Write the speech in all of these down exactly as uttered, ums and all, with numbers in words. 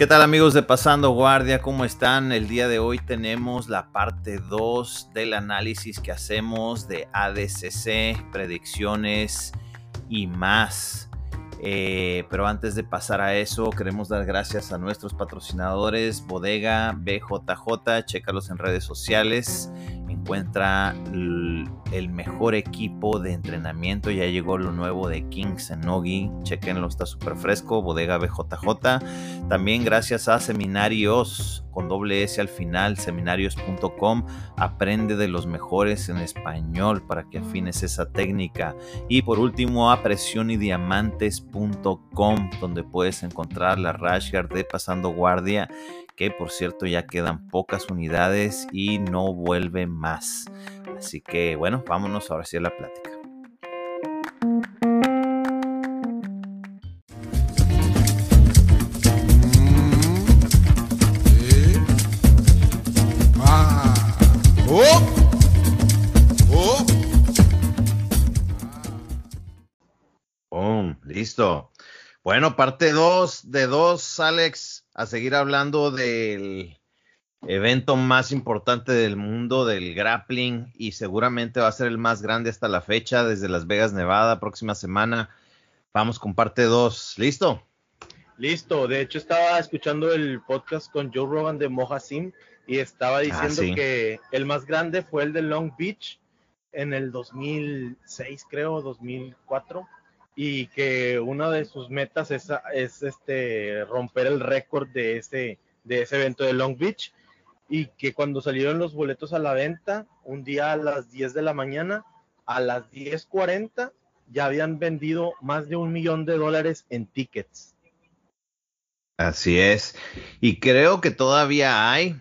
¿Qué tal, amigos de Pasando Guardia? ¿Cómo están? El día de hoy tenemos la parte dos del análisis que hacemos de A D C C, predicciones y más. Eh, pero antes de pasar a eso, queremos dar gracias a nuestros patrocinadores, Bodega B J J, chécalos en redes sociales, encuentra el, el mejor equipo de entrenamiento, ya llegó lo nuevo de Kings and Nogi, chequenlo, está súper fresco, Bodega B J J. También gracias a Seminarios, con doble S al final, seminarios punto com, aprende de los mejores en español para que afines esa técnica. Y por último a presión y diamantes punto com, donde puedes encontrar la rash guard de Pasando Guardia, que por cierto ya quedan pocas unidades y no vuelve más. Así que bueno, vámonos ahora sí a la plática. Boom, listo. Bueno, parte dos de dos, Alex, a seguir hablando del evento más importante del mundo, del grappling, y seguramente va a ser el más grande hasta la fecha, desde Las Vegas, Nevada, próxima semana. Vamos con parte dos, ¿listo? Listo, de hecho estaba escuchando el podcast con Joe Rogan de Mohasim y estaba diciendo Ah, sí. que el más grande fue el de Long Beach en el dos mil seis, creo, dos mil cuatro, y que una de sus metas es, es este romper el récord de ese, de ese evento de Long Beach, y que cuando salieron los boletos a la venta, un día a las diez de la mañana, a las diez cuarenta ya habían vendido más de un millón de dólares en tickets. Así es. Y creo que todavía hay,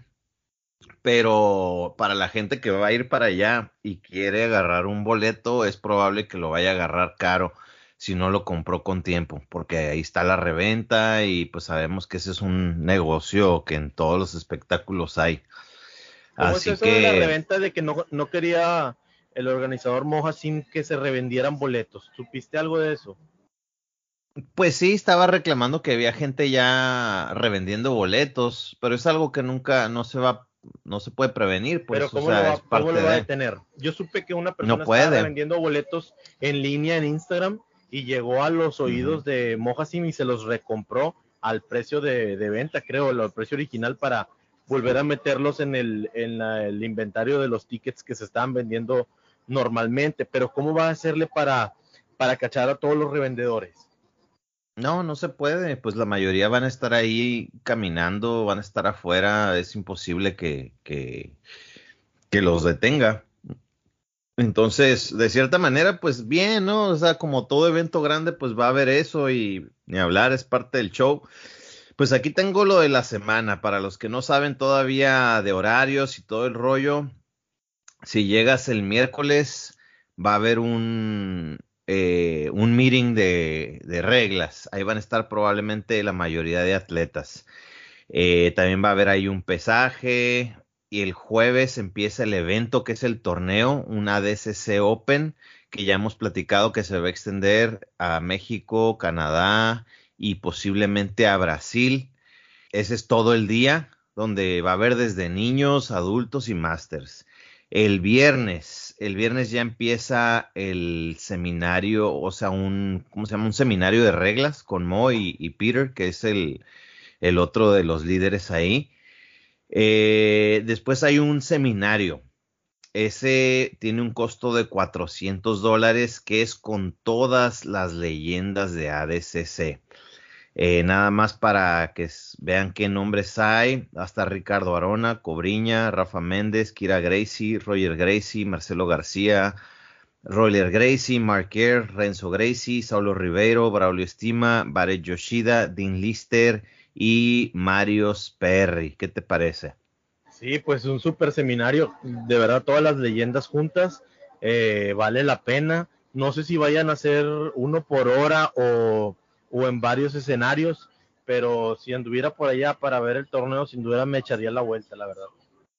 pero para la gente que va a ir para allá y quiere agarrar un boleto, es probable que lo vaya a agarrar caro si no lo compró con tiempo, porque ahí está la reventa y pues sabemos que ese es un negocio que en todos los espectáculos hay. ¿Cómo es Así eso de la que, reventa de que no, no quería el organizador Mohasim que se revendieran boletos? ¿Supiste algo de eso? pues sí, estaba reclamando que había gente ya revendiendo boletos, pero es algo que nunca, no se va, no se puede prevenir, Pero pues, o ¿cómo lo sea, es va, cómo parte lo va a de, detener? Yo supe que una no persona estaba puede. revendiendo boletos en línea en Instagram y llegó a los Ujú. oídos de Mohasim y se los recompró al precio de, de venta, creo, al precio original, para volver a meterlos en, el, en la, el inventario de los tickets que se estaban vendiendo normalmente. Pero ¿cómo va a hacerle para, para cachar a todos los revendedores? No, no se puede, pues la mayoría van a estar ahí caminando, van a estar afuera, es imposible que, que, que los detenga. Entonces, de cierta manera, pues bien, ¿no? O sea, como todo evento grande, pues va a haber eso y ni hablar, es parte del show. Pues aquí tengo lo de la semana, para los que no saben todavía de horarios y todo el rollo. Si llegas el miércoles, va a haber un, eh, un meeting de, de reglas. Ahí van a estar probablemente la mayoría de atletas. Eh, también va a haber ahí un pesaje. Y el jueves empieza el evento que es el torneo, un A D C C Open, que ya hemos platicado que se va a extender a México, Canadá y posiblemente a Brasil. Ese es todo el día, donde va a haber desde niños, adultos y masters. El viernes, el viernes ya empieza el seminario, o sea, un, ¿cómo se llama? Un seminario de reglas con Mo y, y Peter, que es el, el otro de los líderes ahí. Eh, después hay un seminario. Ese tiene un costo de cuatrocientos dólares, que es con todas las leyendas de A D C C. Eh, nada más para que vean qué nombres hay. Hasta Ricardo Arona, Cobriña, Rafa Méndez, Kira Gracie, Roger Gracie, Marcelo García, Roller Gracie, Mark Kerr, Renzo Gracie, Saulo Ribeiro, Braulio Estima, Barret Yoshida, Dean Lister y Mario Sperry. ¿Qué te parece? Sí, pues un super seminario, de verdad, todas las leyendas juntas, eh, vale la pena. No sé si vayan a hacer uno por hora o, o en varios escenarios, pero si anduviera por allá para ver el torneo, sin duda me echaría la vuelta, la verdad.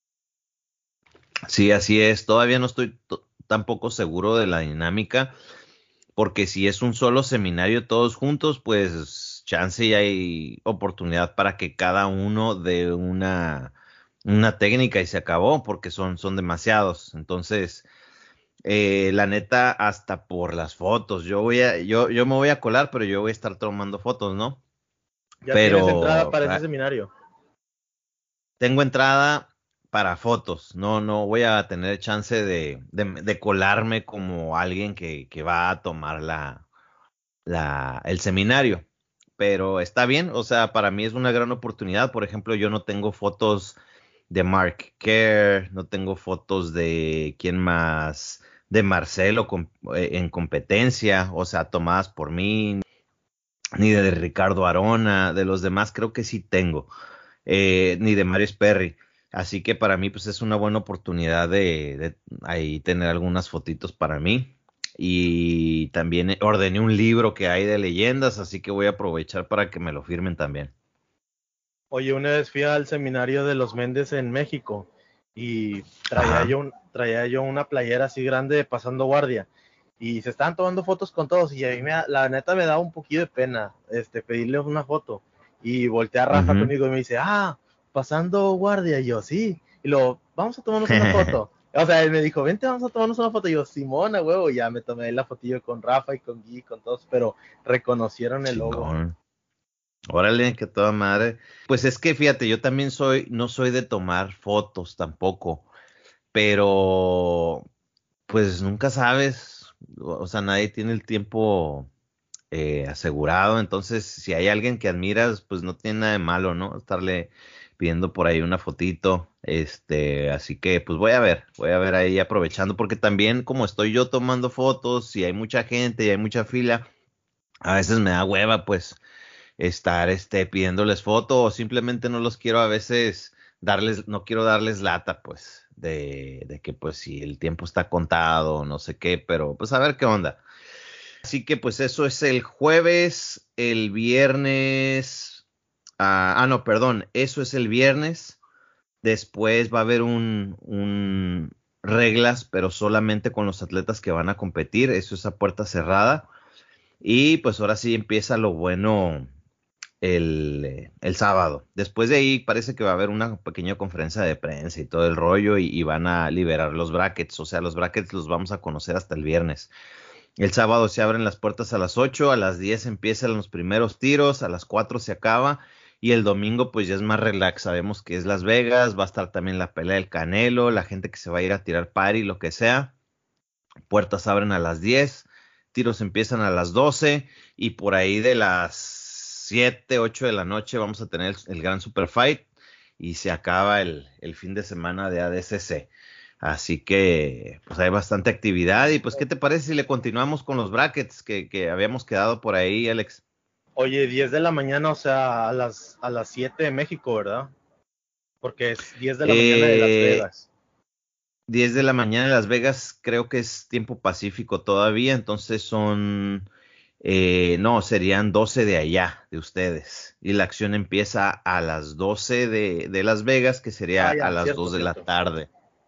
Sí, así es. Todavía no estoy tampoco seguro de la dinámica, porque si es un solo seminario todos juntos, pues chance y hay oportunidad para que cada uno dé una, una técnica y se acabó, porque son, son demasiados. Entonces, eh, la neta, hasta por las fotos, yo voy a, yo, yo me voy a colar, pero yo voy a estar tomando fotos, ¿no? ¿Ya tienes entrada Pero para ese ah, seminario? tengo entrada para fotos, no, no voy a tener chance de, de, de colarme como alguien que, que va a tomar la, la, el seminario. Pero está bien, o sea, para mí es una gran oportunidad. Por ejemplo, yo no tengo fotos de Mark Kerr, no tengo fotos de quién más, de Marcelo com- eh, en competencia, o sea, tomadas por mí, ni de Ricardo Arona, de los demás creo que sí tengo, eh, ni de Mario Perry. Así que para mí, pues es una buena oportunidad de, de ahí tener algunas fotitos para mí. Y también ordené un libro que hay de leyendas, así que voy a aprovechar para que me lo firmen también. Oye, una vez fui al seminario de los Méndez en México y traía Ajá. yo, un- traía yo una playera así grande de pasando guardia y se estaban tomando fotos con todos y a mí me, da- la neta me daba un poquito de pena este, pedirle una foto y volteé a Rafa Ujú. conmigo y me dice, ah, pasando guardia y yo, sí, y lo, vamos a tomarnos una foto. O sea, él me dijo, vente, vamos a tomarnos una foto. Y yo, Simona, huevo, y ya me tomé la fotillo con Rafa y con Gui, con todos, pero reconocieron el logo. Chingón. Órale, que toda madre. Pues es que fíjate, yo también soy, no soy de tomar fotos tampoco, pero pues nunca sabes, o sea, nadie tiene el tiempo eh, asegurado, entonces si hay alguien que admiras, pues no tiene nada de malo, ¿no? Estarle pidiendo por ahí una fotito, este, así que pues voy a ver, voy a ver ahí aprovechando, porque también como estoy yo tomando fotos y hay mucha gente y hay mucha fila, a veces me da hueva, pues estar este pidiéndoles foto o simplemente no los quiero a veces darles, no quiero darles lata, pues, de, de que pues si el tiempo está contado, no sé qué, pero pues a ver qué onda. Así que pues eso es el jueves, el viernes, ah, ah no, perdón, eso es el viernes, después va a haber un, un reglas, pero solamente con los atletas que van a competir, eso es a puerta cerrada. Y pues ahora sí empieza lo bueno el, eh, el sábado. Después de ahí parece que va a haber una pequeña conferencia de prensa y todo el rollo y, y van a liberar los brackets. O sea, los brackets los vamos a conocer hasta el viernes. El sábado se abren las puertas a las ocho, a las diez empiezan los primeros tiros, a las cuatro se acaba y el domingo pues ya es más relax. Sabemos que es Las Vegas, va a estar también la pelea del Canelo, la gente que se va a ir a tirar party, lo que sea. Puertas abren a las diez, tiros empiezan a las doce y por ahí de las siete, ocho de la noche vamos a tener el, el gran super fight y se acaba el, el fin de semana de A D C C. Así que pues hay bastante actividad y pues ¿qué te parece si le continuamos con los brackets que, que habíamos quedado por ahí, Alex? Oye, diez de la mañana, o sea, a las, a las siete de México, ¿verdad? Porque es diez de la mañana de Las Eh, Vegas. diez de la mañana en Las Vegas, creo que es tiempo pacífico todavía, entonces son, eh, no, serían doce de allá, de ustedes. Y la acción empieza a las doce de, de Las Vegas, que sería Ah, a ya, las cierto, dos de la cierto. tarde.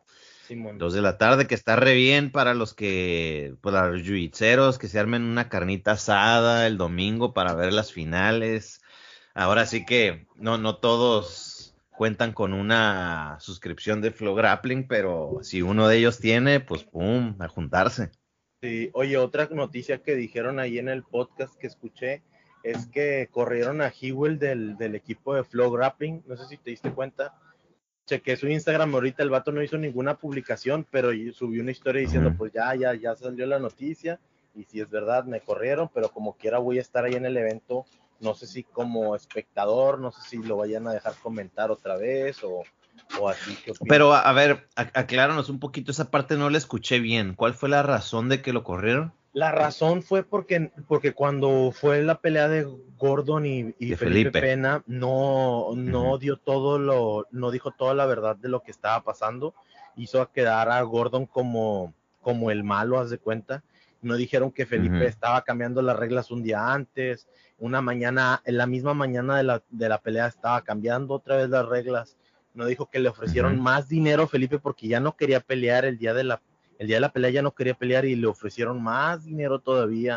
Simón. Dos de la tarde, que está re bien para los que, para los jiu-jitseros, que se armen una carnita asada el domingo para ver las finales. Ahora sí que no, no todos cuentan con una suscripción de Flow Grappling, pero si uno de ellos tiene, pues pum, a juntarse. Sí, oye, otra noticia que dijeron ahí en el podcast que escuché es que corrieron a Hewell del, del equipo de Flow Grappling. No sé si te diste cuenta. Chequé su Instagram ahorita, el vato no hizo ninguna publicación, pero subió una historia diciendo, Ujú. pues ya, ya, ya salió la noticia, y si es verdad, me corrieron, pero como quiera voy a estar ahí en el evento, no sé si como espectador, no sé si lo vayan a dejar comentar otra vez, o, o así, ¿qué opinas? Pero a, a ver, a- acláranos un poquito, esa parte no la escuché bien. ¿Cuál fue la razón de que lo corrieron? La razón fue porque, porque cuando fue la pelea de Gordon y, y De Felipe Felipe. Pena, no, Ujú. no dio todo lo, no dijo toda la verdad de lo que estaba pasando, hizo quedar a Gordon como, como el malo, haz de cuenta. No dijeron que Felipe Ujú. estaba cambiando las reglas un día antes, una mañana, en la misma mañana de la, de la pelea estaba cambiando otra vez las reglas. No dijo que le ofrecieron Ujú. más dinero a Felipe porque ya no quería pelear el día de la el día de la pelea ya no quería pelear y le ofrecieron más dinero todavía.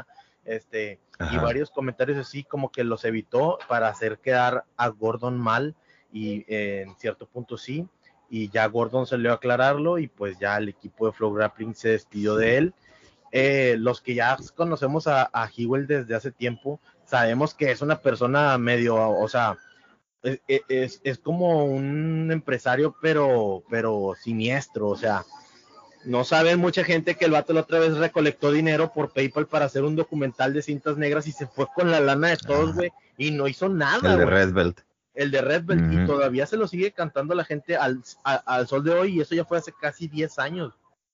este, y Ajá. varios comentarios así como que los evitó para hacer quedar a Gordon mal, y eh, en cierto punto sí, y ya Gordon salió a aclararlo, y pues ya el equipo de Flow Grappling se despidió de él. Eh, los que ya conocemos a, a Hewell desde hace tiempo, sabemos que es una persona medio, o sea, es, es, es como un empresario, pero, pero siniestro, o sea, no sabe mucha gente que el vato la otra vez recolectó dinero por PayPal para hacer un documental de cintas negras y se fue con la lana de todos, güey, y no hizo nada, El de güey. Red Belt. El de Red Belt, y Uh-huh. todavía se lo sigue cantando la gente al, a, al sol de hoy, y eso ya fue hace casi diez años.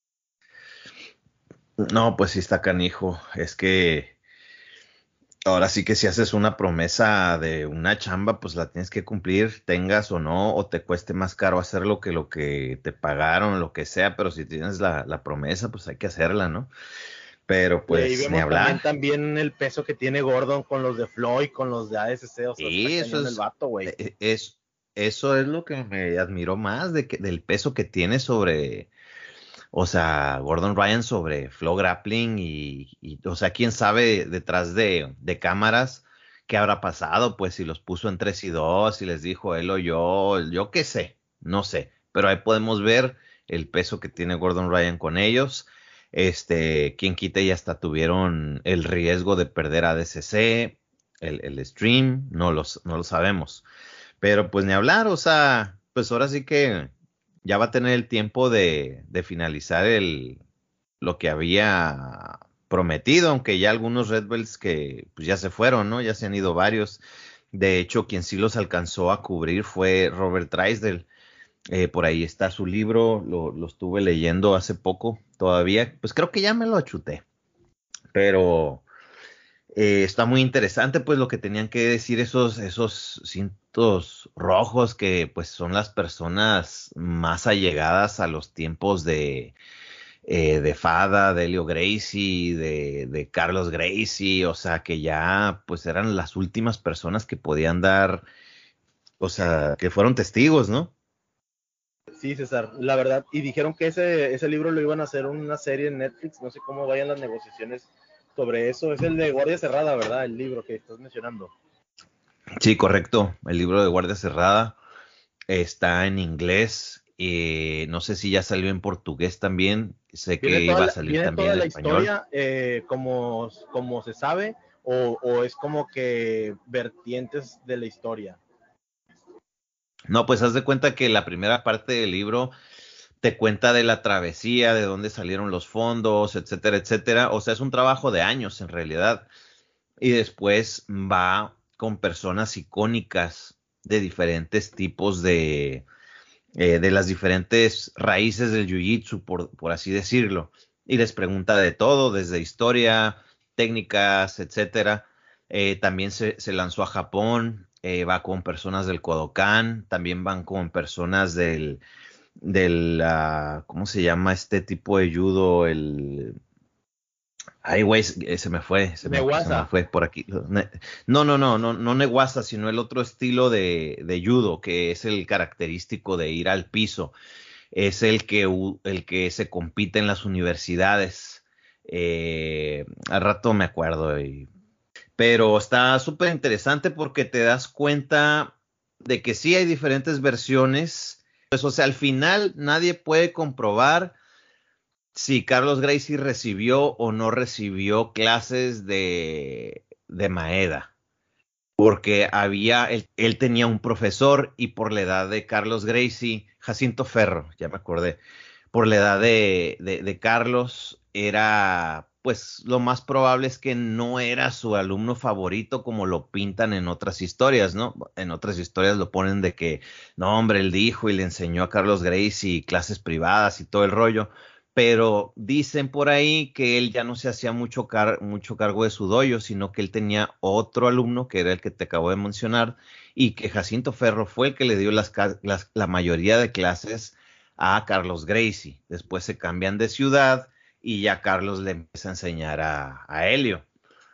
No, pues sí está canijo. Es que ahora sí que si haces una promesa de una chamba, pues la tienes que cumplir, tengas o no, o te cueste más caro hacerlo que lo que te pagaron, lo que sea, pero si tienes la, la promesa, pues hay que hacerla, ¿no? Pero Y ahí pues ni vemos también, hablar. también el peso que tiene Gordon con los de Floyd, con los de A S C, o sea, está Y eso cañón el es, vato, güey. e- es, eso es lo que me admiró más de que, del peso que tiene sobre, o sea, Gordon Ryan sobre Flow Grappling y, y, o sea, quién sabe detrás de, de cámaras qué habrá pasado, pues si los puso en tres y dos, si les dijo él o yo, yo qué sé, no sé, pero ahí podemos ver el peso que tiene Gordon Ryan con ellos. Este, quien quita y hasta tuvieron el riesgo de perder a D C C, el, el stream, no, los, no lo sabemos. Pero pues ni hablar, o sea, pues ahora sí que ya va a tener el tiempo de, de finalizar el, lo que había prometido, aunque ya algunos Red Belts que pues ya se fueron, ¿no? Ya se han ido varios. De hecho, quien sí los alcanzó a cubrir fue Robert Drysdale. Eh, por ahí está su libro, lo, lo estuve leyendo hace poco todavía. Pues creo que ya me lo achuté. Pero eh, está muy interesante, pues, lo que tenían que decir esos, esos cintos rojos que, pues, son las personas más allegadas a los tiempos de, eh, de Fada, de Helio Gracie, de, de Carlos Gracie, o sea, que ya, pues, eran las últimas personas que podían dar, o sea, que fueron testigos, ¿no? Sí, César, la verdad, y dijeron que ese, ese libro lo iban a hacer una serie en Netflix, no sé cómo vayan las negociaciones sobre eso. Es el de Guardia Cerrada, ¿verdad? El libro que estás mencionando. Sí, correcto. El libro de Guardia Cerrada está en inglés. Eh, no sé si ya salió en portugués también. Sé ¿Viene que toda iba a la, salir viene también toda en la español. historia eh, como, como se sabe, o, o es como que vertientes de la historia? No, pues haz de cuenta que la primera parte del libro te cuenta de la travesía, de dónde salieron los fondos, etcétera, etcétera. O sea, es un trabajo de años en realidad. Y después va con personas icónicas de diferentes tipos de, eh, de las diferentes raíces del jiu-jitsu, por, por así decirlo. Y les pregunta de todo, desde historia, técnicas, etcétera. Eh, también se, se, lanzó a Japón, eh, va con personas del Kodokan, también van con personas del, del uh, ¿cómo se llama este tipo de judo? El Ay, güey, se se me fue, se me, se me Neguasa. fue por aquí. Ne- No, no, no, no, no Neguasa, sino el otro estilo de, de judo, que es el característico de ir al piso. Es el que, u- el que se compite en las universidades. Eh, al rato me acuerdo, y- pero está súper interesante porque te das cuenta de que sí hay diferentes versiones. Pues, o sea, al final nadie puede comprobar si Carlos Gracie recibió o no recibió clases de, de Maeda, porque había, él, él tenía un profesor y por la edad de Carlos Gracie, Jacinto Ferro, ya me acordé, por la edad de, de, de Carlos era, pues lo más probable es que no era su alumno favorito como lo pintan en otras historias, ¿no? En otras historias lo ponen de que, no, hombre, él dijo y le enseñó a Carlos Gracie clases privadas y todo el rollo, pero dicen por ahí que él ya no se hacía mucho, car mucho cargo de su dojo, sino que él tenía otro alumno, que era el que te acabo de mencionar, y que Jacinto Ferro fue el que le dio las, las, la mayoría de clases a Carlos Gracie. Después se cambian de ciudad y ya Carlos le empieza a enseñar a, a Helio.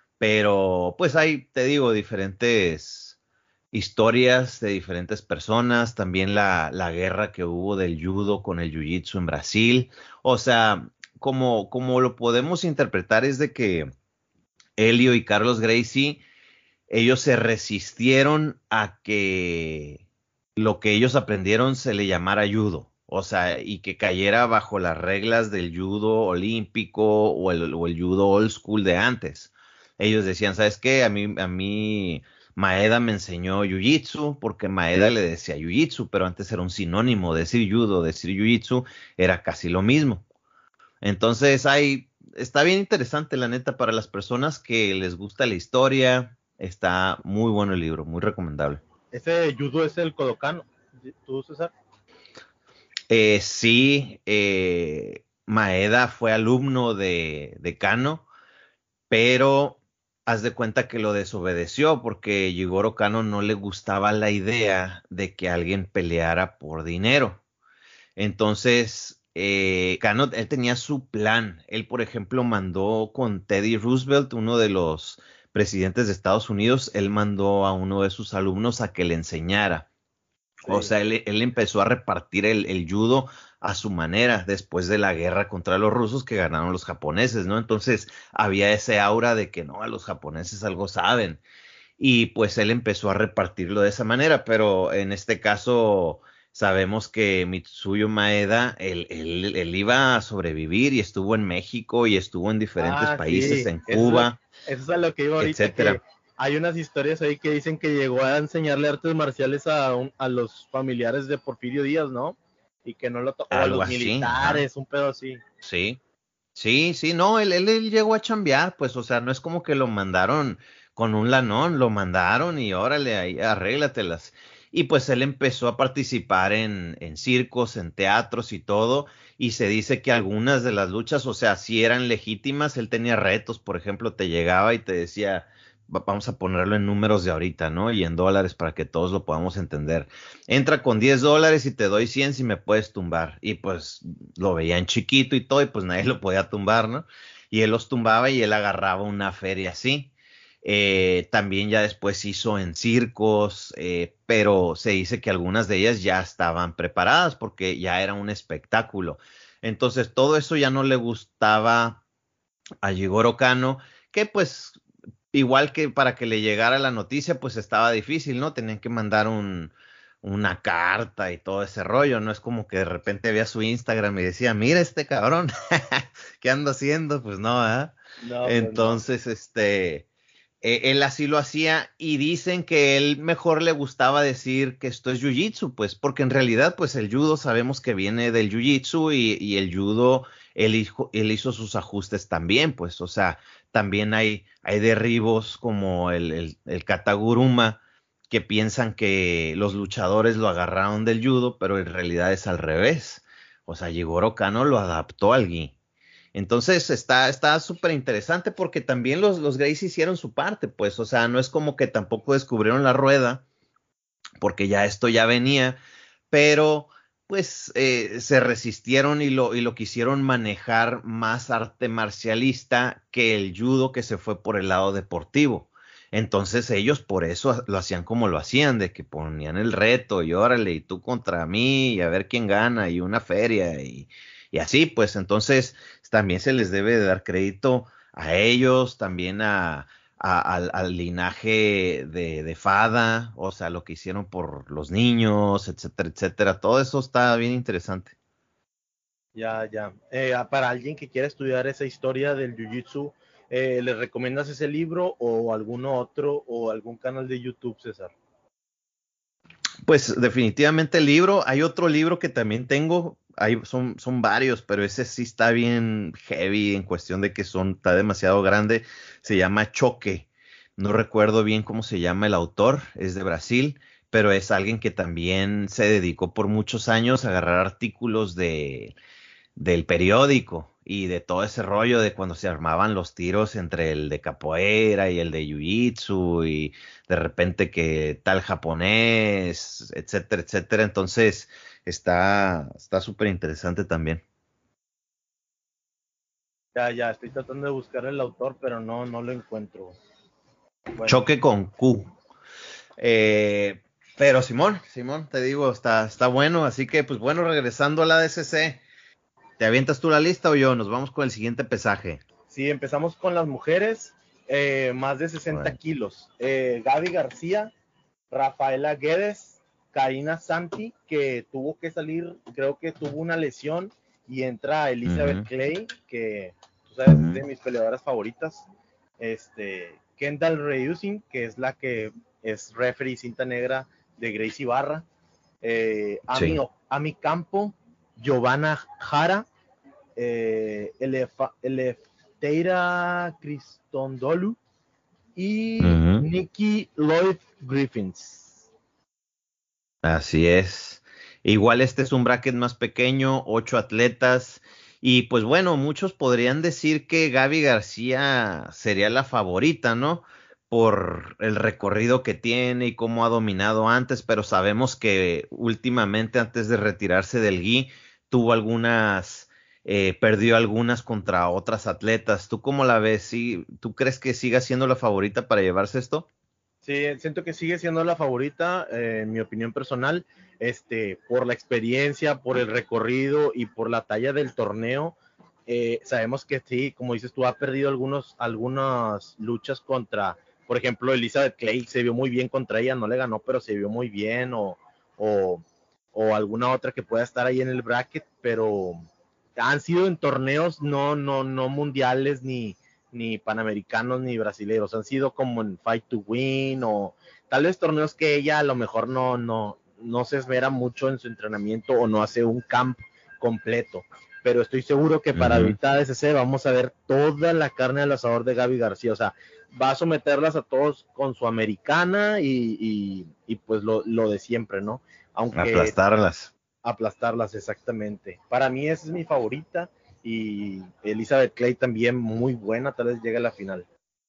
Pero pues hay, te digo, diferentes historias de diferentes personas, también la, la guerra que hubo del judo con el jiu-jitsu en Brasil. O sea, como, como lo podemos interpretar es de que Helio y Carlos Gracie, ellos se resistieron a que lo que ellos aprendieron se le llamara judo, o sea, y que cayera bajo las reglas del judo olímpico o el, o el judo old school de antes. Ellos decían, ¿sabes qué? A mí, a mí Maeda me enseñó jiu-jitsu porque Maeda le decía jiu-jitsu, pero antes era un sinónimo, decir judo, decir jiu-jitsu era casi lo mismo. Entonces hay, está bien interesante la neta para las personas que les gusta la historia, está muy bueno el libro, muy recomendable. Ese judo es el Kodokan, ¿tú, César? Eh, sí, eh, Maeda fue alumno de, de Kano, pero haz de cuenta que lo desobedeció porque Jigoro Kano no le gustaba la idea de que alguien peleara por dinero. Entonces, eh, Kano, él tenía su plan. Él, por ejemplo, mandó con Teddy Roosevelt, uno de los presidentes de Estados Unidos, él mandó a uno de sus alumnos a que le enseñara. Sí. O sea, él, él empezó a repartir el, el judo a su manera después de la guerra contra los rusos que ganaron los japoneses, ¿no? Entonces había ese aura de que no, a los japoneses algo saben. Y pues él empezó a repartirlo de esa manera, pero en este caso sabemos que Mitsuyo Maeda, él, él, él iba a sobrevivir y estuvo en México y estuvo en diferentes ah, países, sí. en Cuba, eso, eso es a lo que iba ahorita, etcétera. Que hay unas historias ahí que dicen que llegó a enseñarle artes marciales a, un, a los familiares de Porfirio Díaz, ¿no? Y que no lo tocó a los así, militares, ajá. un pedo así. Sí, sí, sí, no, él, él, él llegó a chambear, pues, o sea, no es como que lo mandaron con un lanón, lo mandaron y órale, ahí, arréglatelas. Y pues él empezó a participar en, en circos, en teatros y todo, y se dice que algunas de las luchas, o sea, sí eran legítimas, él tenía retos, por ejemplo, te llegaba y te decía, va- vamos a ponerlo en números de ahorita, ¿no? Y en dólares para que todos lo podamos entender. Entra con diez dólares y te doy cien si me puedes tumbar. Y pues lo veían chiquito y todo, y pues nadie lo podía tumbar, ¿no? Y él los tumbaba y él agarraba una feria así. Eh, también ya después hizo en circos, eh, pero se dice que algunas de ellas ya estaban preparadas porque ya era un espectáculo. Entonces todo eso ya no le gustaba a Jigoro Kano, que pues igual que para que le llegara la noticia, pues estaba difícil, ¿no? Tenían que mandar un, una carta y todo ese rollo, no es como que de repente veía su Instagram y decía, mira este cabrón, ¿qué ando haciendo? Pues no, ¿eh? No, Entonces, pues no. este, eh, él así lo hacía y dicen que él mejor le gustaba decir que esto es jiu-jitsu, pues porque en realidad pues el judo sabemos que viene del jiu-jitsu y, y el judo él hizo, él hizo sus ajustes también, pues o sea, también hay, hay derribos como el, el, el kataguruma que piensan que los luchadores lo agarraron del judo, pero en realidad es al revés. O sea, Jigoro Kano lo adaptó al gi. Entonces está está súper interesante porque también los, los Gracie hicieron su parte, pues, o sea, no es como que tampoco descubrieron la rueda, porque ya esto ya venía, pero pues eh, se resistieron y lo, y lo quisieron manejar más arte marcialista que el judo que se fue por el lado deportivo. Entonces ellos por eso lo hacían como lo hacían, de que ponían el reto y órale, y tú contra mí, y a ver quién gana, y una feria, y, y así, pues entonces también se les debe de dar crédito a ellos, también a, a, al, al, linaje de, de Fada, o sea, lo que hicieron por los niños, etcétera, etcétera. Todo eso está bien interesante. Ya, ya. Eh, para alguien que quiera estudiar esa historia del Jiu-Jitsu, eh, ¿le recomiendas ese libro o alguno otro o algún canal de YouTube, César? Pues definitivamente el libro. Hay otro libro que también tengo. Hay, son, son varios, pero ese sí está bien heavy en cuestión de que son, está demasiado grande. Se llama Choque. No recuerdo bien cómo se llama el autor. Es de Brasil, pero es alguien que también se dedicó por muchos años a agarrar artículos de del periódico y de todo ese rollo de cuando se armaban los tiros entre el de capoeira y el de jiu-jitsu y de repente que tal japonés, etcétera, etcétera. Entonces está está súper interesante también. Ya, ya, estoy tratando de buscar el autor, pero no, no lo encuentro. Bueno. Choque con Q. Eh, pero Simón, Simón, te digo, está, está bueno. Así que, pues bueno, regresando a la D C C, ¿te avientas tú la lista o yo? Nos vamos con el siguiente pesaje. Sí, empezamos con las mujeres. eh, más de sesenta Bueno. kilos. Eh, Gaby García, Rafaela Guedes, Karina Santi, que tuvo que salir, creo que tuvo una lesión, y entra Elizabeth Uh-huh. Clay, que tú sabes, uh-huh, es de mis peleadoras favoritas. Este, Kendall Reusing, que es la que es referee cinta negra de Gracie Barra. Eh, Ami, Sí. Ami Campo, Giovanna Jara, eh, Elefa, Elefteira Cristondolu y Uh-huh. Nikki Lloyd Griffins. Así es. Igual este es un bracket más pequeño, ocho atletas. Y pues bueno, muchos podrían decir que Gaby García sería la favorita, ¿no? Por el recorrido que tiene y cómo ha dominado antes, pero sabemos que últimamente, antes de retirarse del G I, tuvo algunas, eh, perdió algunas contra otras atletas. ¿Tú cómo la ves? ¿Sí? ¿Tú crees que siga siendo la favorita para llevarse esto? Sí, siento que sigue siendo la favorita, eh, en mi opinión personal, este, por la experiencia, por el recorrido y por la talla del torneo. Eh, sabemos que sí, como dices tú, ha perdido algunos, algunas luchas contra, por ejemplo, Elizabeth Clay, se vio muy bien contra ella, no le ganó, pero se vio muy bien, o, o, o alguna otra que pueda estar ahí en el bracket, pero han sido en torneos no, no, no mundiales ni ni panamericanos ni brasileños, han sido como en Fight to Win o tal vez torneos que ella a lo mejor no, no, no se esmera mucho en su entrenamiento o no hace un camp completo, pero estoy seguro que para Uh-huh. ahorita D S C vamos a ver toda la carne al asador de Gaby García, o sea, va a someterlas a todos con su americana y, y, y pues lo, lo de siempre, ¿no? Aunque Aplastarlas. aplastarlas exactamente. Para mí esa es mi favorita y Elizabeth Clay también muy buena, tal vez llegue a la final.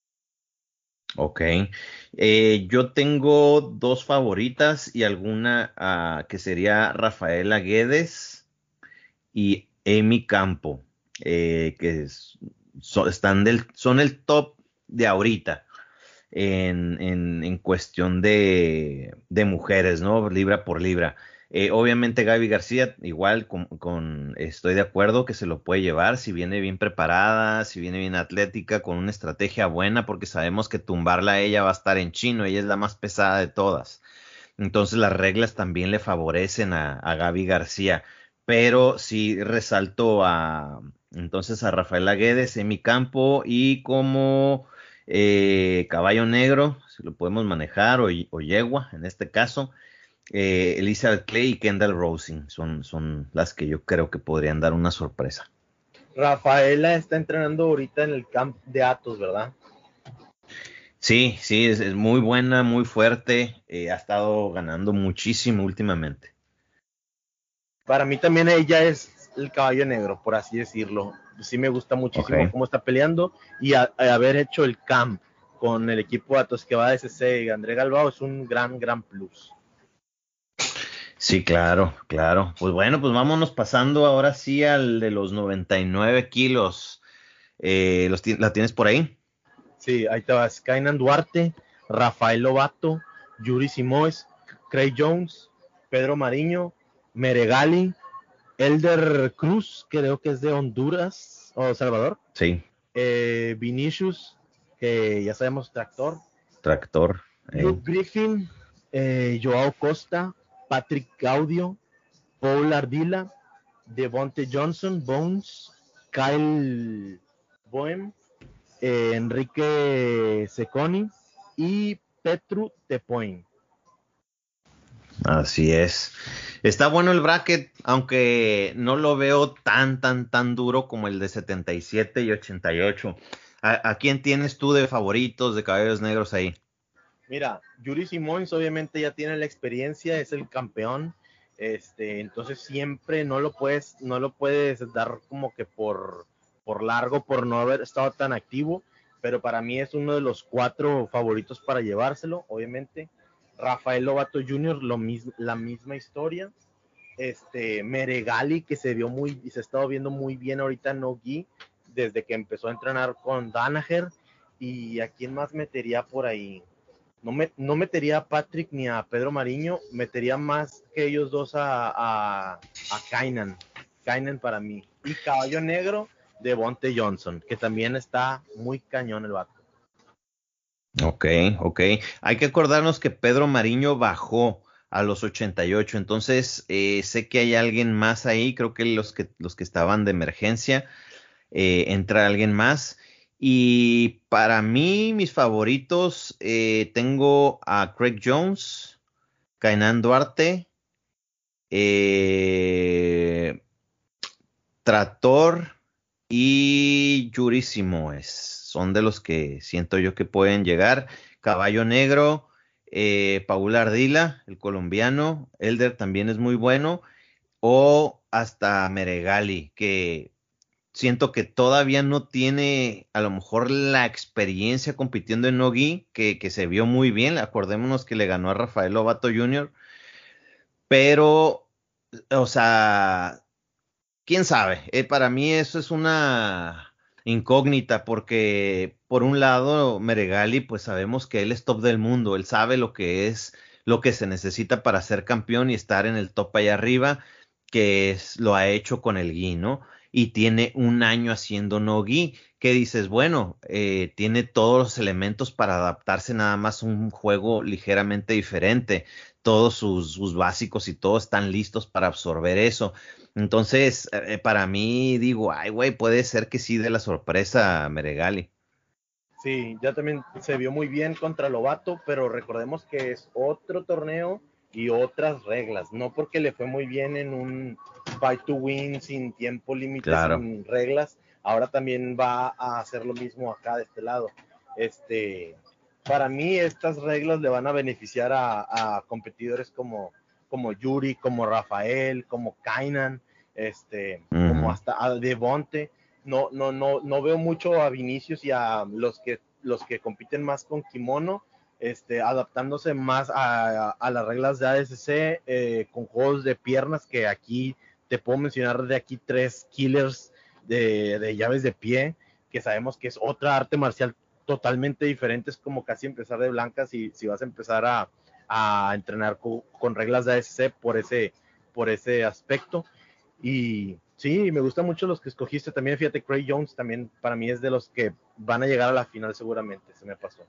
Ok. Eh, yo tengo dos favoritas y alguna uh, que sería Rafaela Guedes y Amy Campo, eh, que es, so, están del, son el top de ahorita en, en, en cuestión de, de mujeres, ¿no? Libra por libra. Eh, obviamente Gaby García, igual con, con, estoy de acuerdo que se lo puede llevar si viene bien preparada, si viene bien atlética, con una estrategia buena, porque sabemos que tumbarla a ella va a estar en chino, ella es la más pesada de todas. Entonces las reglas también le favorecen a, a Gaby García. Pero sí resalto a entonces a Rafaela Guedes en mi campo y como eh, caballo negro, si lo podemos manejar, o, o yegua en este caso, eh, Elizabeth Clay y Kendall Rosing son, son las que yo creo que podrían dar una sorpresa. Rafaela está entrenando ahorita en el camp de Atos, ¿verdad? Sí, sí, es, es muy buena, muy fuerte, eh, ha estado ganando muchísimo últimamente. Para mí también ella es el caballo negro, por así decirlo. Sí me gusta muchísimo Ok. cómo está peleando y a, a haber hecho el camp con el equipo de Atos que va a S C y André Galbao es un gran, gran plus. Sí, claro, claro. Pues bueno, pues vámonos pasando ahora sí al de los noventa y nueve kilos. Eh, ¿los ti- ¿La tienes por ahí? Sí, ahí te vas. Kainan Duarte, Rafael Lobato, Yuri Simoes, Craig Jones, Pedro Mariño, Meregali, Elder Cruz, creo que es de Honduras o Salvador, Sí, eh, Vinicius, que ya sabemos, tractor, tractor. Luke eh. Griffin, eh, Joao Costa, Patrick Gaudio, Paul Ardila, Devonte Johnson, Bones, Kyle Boehm, eh, Enrique Seconi y Petru Tepoin. Así es. Está bueno el bracket, aunque no lo veo tan, tan, tan duro como el de setenta y siete y ochenta y ocho. ¿A, a quién tienes tú de favoritos, de caballos negros ahí? Mira, Yuri Simons obviamente ya tiene la experiencia, es el campeón, este, entonces siempre no lo puedes, no lo puedes dar como que por, por largo, por no haber estado tan activo, pero para mí es uno de los cuatro favoritos para llevárselo, obviamente. Rafael Lobato junior, lo mismo, la misma historia. Este, Meregali, que se vio muy, y se ha estado viendo muy bien ahorita en Nogi, desde que empezó a entrenar con Danaher. Y a quién más metería por ahí. No, me, no metería a Patrick ni a Pedro Mariño, metería más que ellos dos a, a, a Kainan. Kainan para mí. Y Caballo Negro de Bonte Johnson, que también está muy cañón el vato. Ok, ok. Hay que acordarnos que Pedro Mariño bajó a los ochenta y ocho, entonces eh, sé que hay alguien más ahí, creo que los que, los que estaban de emergencia, eh, entra alguien más. Y para mí, mis favoritos, eh, tengo a Craig Jones, Kainan Duarte, eh, Trator y Yuri Simoes. Son de los que siento yo que pueden llegar. Caballo Negro, eh, Paul Ardila, el colombiano. Elder también es muy bueno. O hasta Meregali, que siento que todavía no tiene a lo mejor la experiencia compitiendo en Nogi, que, que se vio muy bien. Acordémonos que le ganó a Rafael Lobato junior Pero, o sea, quién sabe. Eh, para mí eso es una incógnita porque por un lado Meregali pues sabemos que él es top del mundo, él sabe lo que es lo que se necesita para ser campeón y estar en el top allá arriba, que es, lo ha hecho con el Gi, ¿no? Y tiene un año haciendo no Gi, que dices, bueno, eh, tiene todos los elementos para adaptarse nada más a un juego ligeramente diferente, todos sus, sus básicos y todos están listos para absorber eso. Entonces, eh, para mí, digo, ay, güey, puede ser que sí de la sorpresa Meregali. Sí, ya también se vio muy bien contra Lobato, pero recordemos que es otro torneo y otras reglas. No porque le fue muy bien en un fight to win sin tiempo límite, Claro. sin reglas, ahora también va a hacer lo mismo acá de este lado. Este, para mí estas reglas le van a beneficiar a, a competidores como, como Yuri, como Rafael, como Kainan, este, como Ujú. hasta a Devonte. No, no, no, no veo mucho a Vinicius y a los que, los que compiten más con kimono, este, adaptándose más a, a las reglas de A D C C, eh, con juegos de piernas, que aquí te puedo mencionar de aquí tres killers de, de llaves de pie, que sabemos que es otra arte marcial totalmente diferente. Es como casi empezar de blanca si, si vas a empezar a, a entrenar con, con reglas de A D C C por ese, por ese aspecto. Y sí, me gustan mucho los que escogiste también. Fíjate, Craig Jones también para mí es de los que van a llegar a la final seguramente. Se me pasó.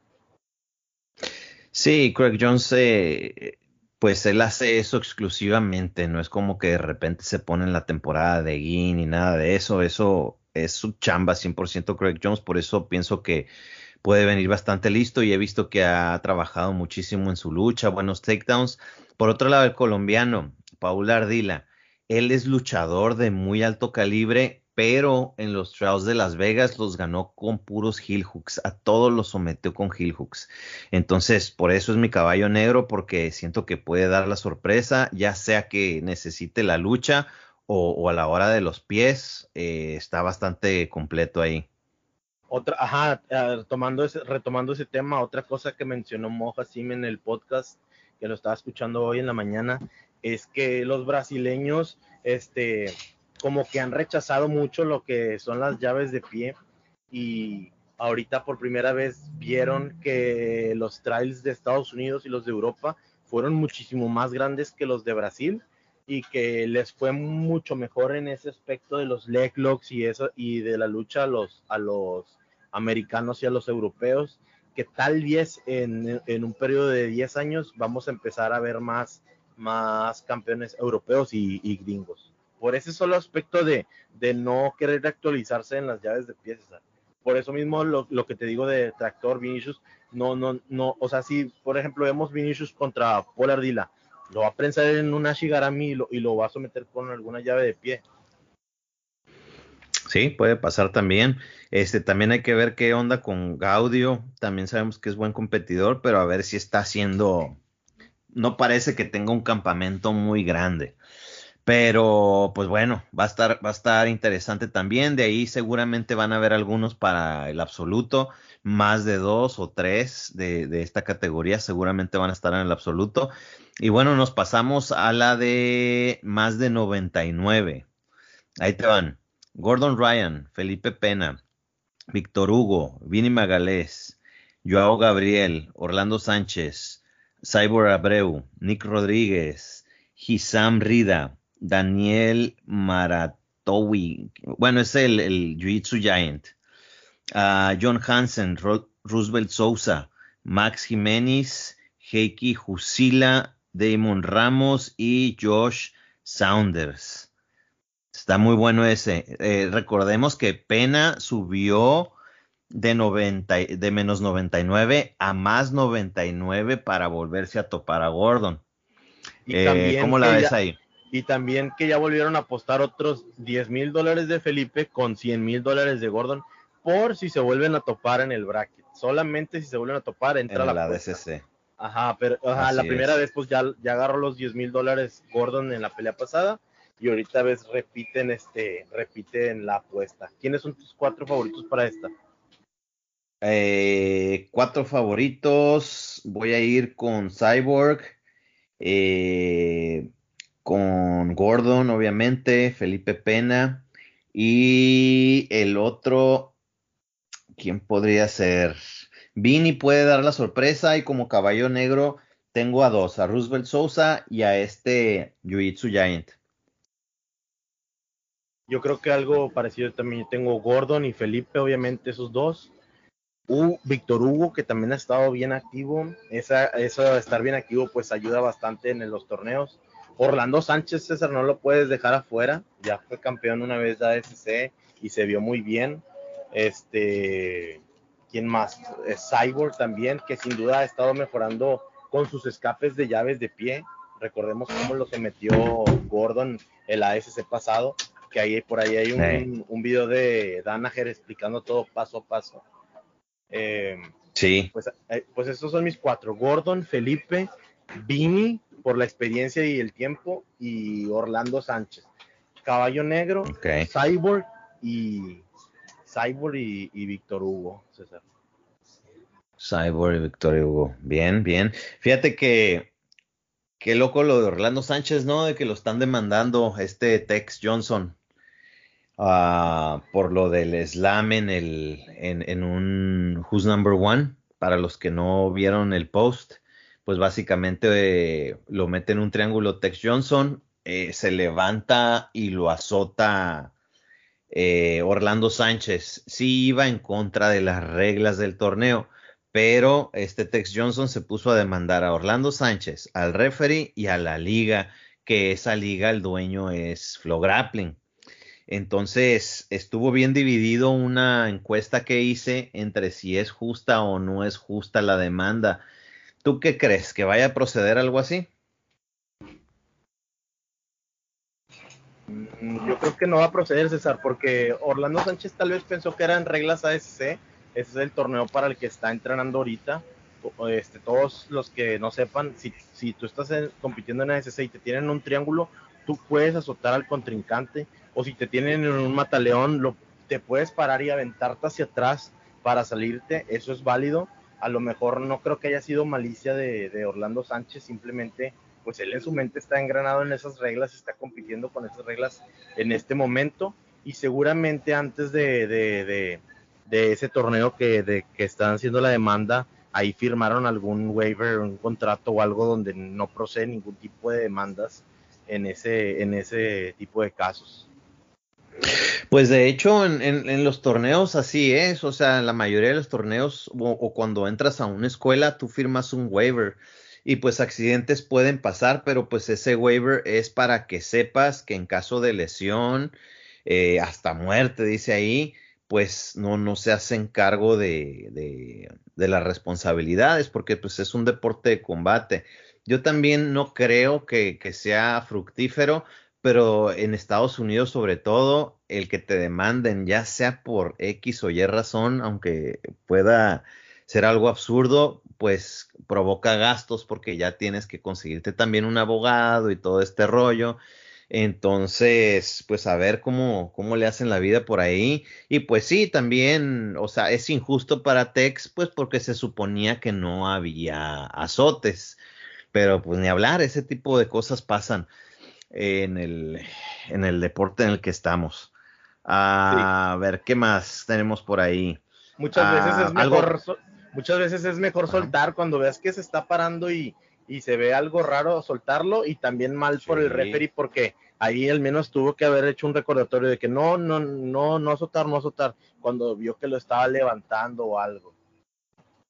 Sí, Craig Jones, eh, pues él hace eso exclusivamente, no es como que de repente se pone en la temporada de Gui ni nada de eso, eso es su chamba cien por ciento Craig Jones, por eso pienso que puede venir bastante listo y he visto que ha trabajado muchísimo en su lucha, buenos takedowns. Por otro lado, el colombiano, Paul Ardila, él es luchador de muy alto calibre, pero en los trials de Las Vegas los ganó con puros heel hooks, a todos los sometió con heel hooks. Entonces, por eso es mi caballo negro, porque siento que puede dar la sorpresa, ya sea que necesite la lucha o, o a la hora de los pies, eh, está bastante completo ahí. Otra, ajá, eh, tomando ese, retomando ese tema, otra cosa que mencionó Moja Sim en el podcast, que lo estaba escuchando hoy en la mañana, es que los brasileños, este, como que han rechazado mucho lo que son las llaves de pie, y ahorita por primera vez vieron que los trails de Estados Unidos y los de Europa fueron muchísimo más grandes que los de Brasil, y que les fue mucho mejor en ese aspecto de los leg locks y eso, y de la lucha a los a los americanos y a los europeos, que tal vez en, en un periodo de diez años vamos a empezar a ver más, más campeones europeos y, y gringos. Por ese solo aspecto de, de no querer actualizarse en las llaves de piezas. Por eso mismo lo, lo que te digo de Tractor, Vinicius, no, no, no, o sea, si por ejemplo vemos Vinicius contra Paul Ardila, lo va a prensar en una Shigarami y lo, y lo va a someter con alguna llave de pie. Sí, puede pasar también. Este, también hay que ver qué onda con Gaudio. También sabemos que es buen competidor, pero a ver si está haciendo. No parece que tenga un campamento muy grande. Pero, pues bueno, va a estar, va a estar interesante también. De ahí seguramente van a haber algunos para el absoluto. Más de dos o tres de, de esta categoría seguramente van a estar en el absoluto. Y bueno, nos pasamos a la de más de noventa y nueve. Ahí te van. Gordon Ryan, Felipe Pena, Víctor Hugo, Vini Magalés, Joao Gabriel, Orlando Sánchez, Cyborg Abreu, Nick Rodríguez, Hisam Rida, Daniel Maratowi, bueno, es el, el Jiu-Jitsu Giant, uh, John Hansen, Ro Roosevelt Sousa, Max Jiménez, Heikki Jusila, Damon Ramos y Josh Saunders. Está muy bueno ese. Eh, recordemos que Pena subió de noventa, de menos noventa y nueve a más noventa y nueve para volverse a topar a Gordon. Y Eh, también ¿Cómo la que ves ya, ahí? y también que ya volvieron a apostar otros diez mil dólares de Felipe con cien mil dólares de Gordon por si se vuelven a topar en el bracket. Solamente si se vuelven a topar entra En la el apuesta. A D C C. Ajá, pero ajá, la Así primera es. vez pues ya, ya agarró los diez mil dólares Gordon en la pelea pasada y ahorita ves repiten este repiten la apuesta. ¿Quiénes son tus cuatro favoritos para esta? Eh, cuatro favoritos. Voy a ir con Cyborg, eh, con Gordon, obviamente, Felipe Pena. Y el otro, ¿quién podría ser? Vini puede dar la sorpresa y como caballo negro tengo a dos, a Roosevelt Sousa y a este Jiu-Jitsu Giant. Yo creo que algo parecido también. Yo tengo Gordon y Felipe, obviamente esos dos. Uh, Víctor Hugo, que también ha estado bien activo. Esa, eso de estar bien activo, pues ayuda bastante en los torneos. Orlando Sánchez, César, no lo puedes dejar afuera. Ya fue campeón una vez de A S C y se vio muy bien. Este, ¿quién más? Es Cyborg también, que sin duda ha estado mejorando con sus escapes de llaves de pie. Recordemos cómo lo sometió Gordon el A S C pasado, que ahí por ahí hay un, Eh, un video de Danaher explicando todo paso a paso. Eh, sí. pues, eh, pues estos son mis cuatro: Gordon, Felipe, Vini por la experiencia y el tiempo, y Orlando Sánchez. Caballo Negro, Ok. Cyborg y Cyborg y, y Víctor Hugo, César. Cyborg y Victor Hugo. Bien, bien. Fíjate que qué loco lo de Orlando Sánchez, ¿no? De que lo están demandando este Tex Johnson uh, por lo del slam en el en, en un Who's Number One. Para los que no vieron el post, pues básicamente eh, lo mete en un triángulo Tex Johnson, eh, se levanta y lo azota eh, Orlando Sánchez. Sí iba en contra de las reglas del torneo, pero este Tex Johnson se puso a demandar a Orlando Sánchez, al referee y a la liga, que esa liga el dueño es Flow Grappling. Entonces estuvo bien dividido una encuesta que hice entre si es justa o no es justa la demanda. ¿Tú qué crees? ¿Que vaya a proceder algo así? Yo creo que no va a proceder, César, porque Orlando Sánchez tal vez pensó que eran reglas A S C. Ese es el torneo para el que está entrenando ahorita. Este, todos los que no sepan, si, si tú estás en, compitiendo en A S C y te tienen un triángulo, tú puedes azotar al contrincante, o si te tienen en un mataleón, lo, te puedes parar y aventarte hacia atrás para salirte. Eso es válido. A lo mejor no creo que haya sido malicia de, de Orlando Sánchez, simplemente pues él en su mente está engranado en esas reglas, está compitiendo con esas reglas en este momento, y seguramente antes de, de, de, de ese torneo que, de, que están haciendo la demanda, ahí firmaron algún waiver, un contrato o algo donde no procede ningún tipo de demandas en ese, en ese tipo de casos. Pues de hecho en, en, en los torneos así es, o sea, la mayoría de los torneos o, o cuando entras a una escuela tú firmas un waiver y pues accidentes pueden pasar, pero pues ese waiver es para que sepas que en caso de lesión, eh, hasta muerte, dice ahí, pues no, no se hacen cargo de, de, de las responsabilidades porque pues es un deporte de combate. Yo también no creo que, que sea fructífero, pero en Estados Unidos sobre todo, el que te demanden, ya sea por X o Y razón, aunque pueda ser algo absurdo, pues provoca gastos porque ya tienes que conseguirte también un abogado y todo este rollo. Entonces, pues a ver cómo, cómo le hacen la vida por ahí. Y pues sí, también, o sea, es injusto para Tex, pues porque se suponía que no había azotes. Pero pues ni hablar, ese tipo de cosas pasan en el, en el deporte en el que estamos. Sí, A ver, ¿qué más tenemos por ahí? muchas veces Ah, es algo. mejor, muchas veces es mejor Ajá. soltar cuando veas que se está parando y, y se ve algo raro, soltarlo, y también mal por el Sí. referee porque ahí al menos tuvo que haber hecho un recordatorio de que no, no, no, no azotar, no azotar, cuando vio que lo estaba levantando o algo.